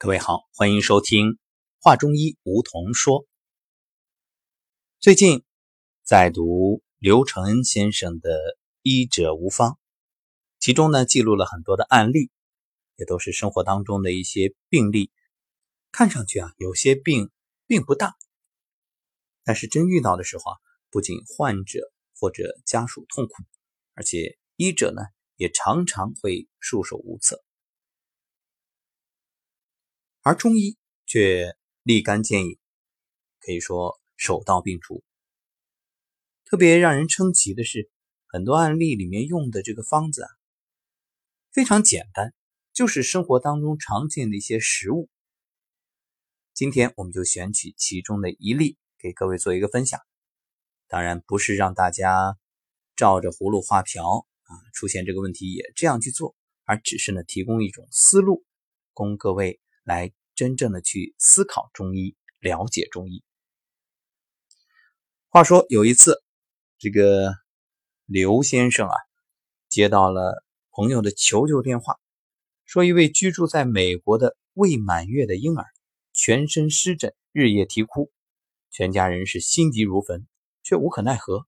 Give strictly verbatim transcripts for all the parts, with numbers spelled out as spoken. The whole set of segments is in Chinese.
各位好，欢迎收听话中医梧桐说。最近在读刘承恩先生的《医者无方》，其中呢记录了很多的案例，也都是生活当中的一些病例。看上去啊，有些病并不大，但是真遇到的时候啊，不仅患者或者家属痛苦，而且医者呢也常常会束手无策。而中医却立竿见影，可以说手到病除。特别让人称奇的是，很多案例里面用的这个方子啊，非常简单，就是生活当中常见的一些食物。今天我们就选取其中的一例给各位做一个分享。当然不是让大家照着葫芦画瓢啊，出现这个问题也这样去做，而只是呢提供一种思路，供各位来真正的去思考中医，了解中医。话说有一次，这个刘先生啊，接到了朋友的求救电话，说一位居住在美国的未满月的婴儿全身湿疹，日夜啼哭，全家人是心急如焚，却无可奈何。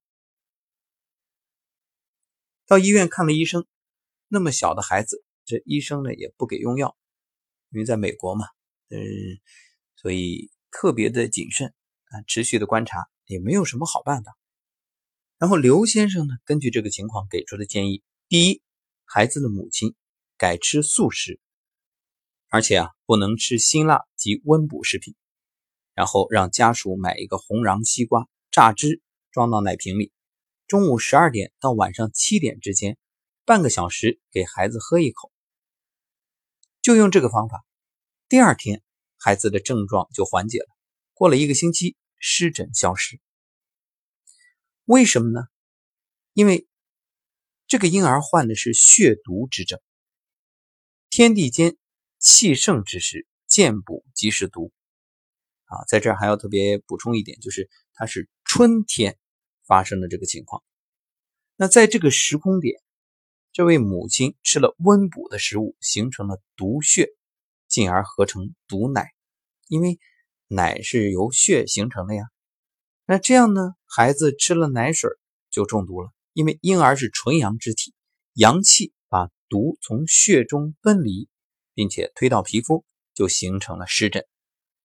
到医院看了医生，那么小的孩子，这医生呢也不给用药，因为在美国嘛，嗯，所以特别的谨慎啊，持续的观察，也没有什么好办法。然后刘先生呢，根据这个情况给出的建议，第一，孩子的母亲改吃素食，而且啊不能吃辛辣及温补食品，然后让家属买一个红瓤西瓜榨汁装到奶瓶里，中午十二点到晚上七点之间，半个小时给孩子喝一口。就用这个方法，第二天孩子的症状就缓解了，过了一个星期，湿疹消失。为什么呢？因为这个婴儿患的是血毒之症，天地间气盛之时，见补即是毒啊。在这儿还要特别补充一点，就是它是春天发生的这个情况。那在这个时空点，这位母亲吃了温补的食物，形成了毒血，进而合成毒奶，因为奶是由血形成的呀。那这样呢，孩子吃了奶水就中毒了，因为婴儿是纯阳之体，阳气把毒从血中分离，并且推到皮肤，就形成了湿疹。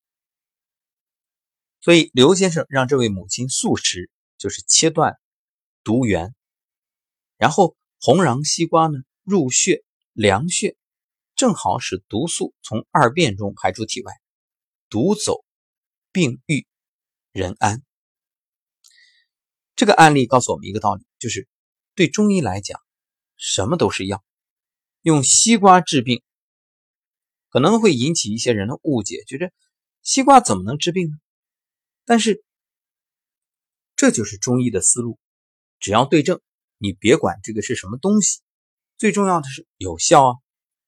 所以刘先生让这位母亲素食，就是切断毒源，然后红瓤西瓜呢入血凉血，正好使毒素从二便中排出体外，毒走病愈人安。这个案例告诉我们一个道理，就是对中医来讲，什么都是药。用西瓜治病可能会引起一些人的误解，觉得西瓜怎么能治病呢？但是这就是中医的思路，只要对症，你别管这个是什么东西，最重要的是有效啊。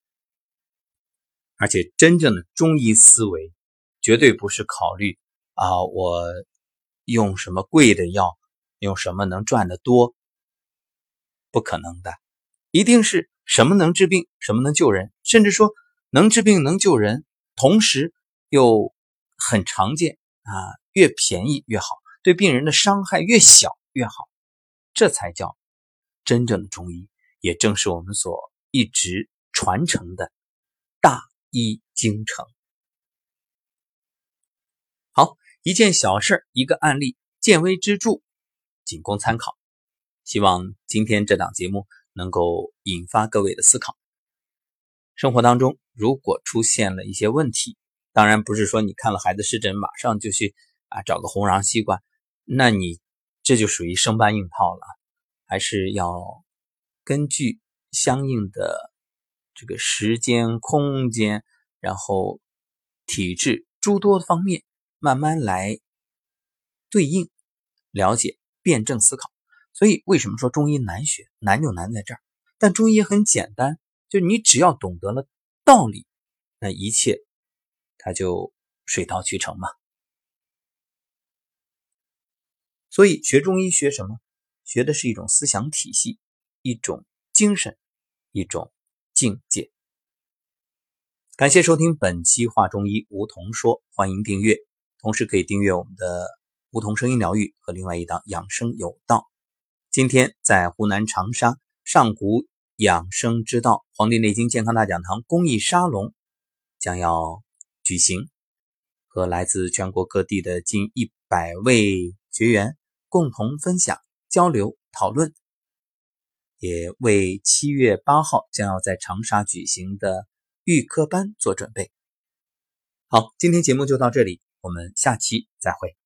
而且真正的中医思维绝对不是考虑啊，我用什么贵的药，用什么能赚得多，不可能的。一定是什么能治病，什么能救人，甚至说能治病能救人，同时又很常见啊，越便宜越好，对病人的伤害越小越好，这才叫真正的中医，也正是我们所一直传承的大医精诚。好，一件小事，一个案例，见微知著，仅供参考。希望今天这档节目能够引发各位的思考。生活当中如果出现了一些问题，当然不是说你看了孩子湿疹马上就去啊找个红瓤西瓜，那你这就属于生搬硬套了，还是要根据相应的这个时间空间，然后体质诸多方面慢慢来对应了解，辩证思考。所以为什么说中医难学？难就难在这儿，但中医也很简单，就你只要懂得了道理，那一切它就水到渠成嘛。所以学中医学什么？学的是一种思想体系，一种精神，一种境界。 感谢收听本期话中医梧桐说，欢迎订阅，同时可以订阅我们的梧桐声音疗愈和另外一档养生有道。今天在湖南长沙上古养生之道黄帝内经健康大讲堂公益沙龙将要举行，和来自全国各地的近一百位学员共同分享、交流、讨论，也为七月八号将要在长沙举行的预科班做准备。好，今天节目就到这里，我们下期再会。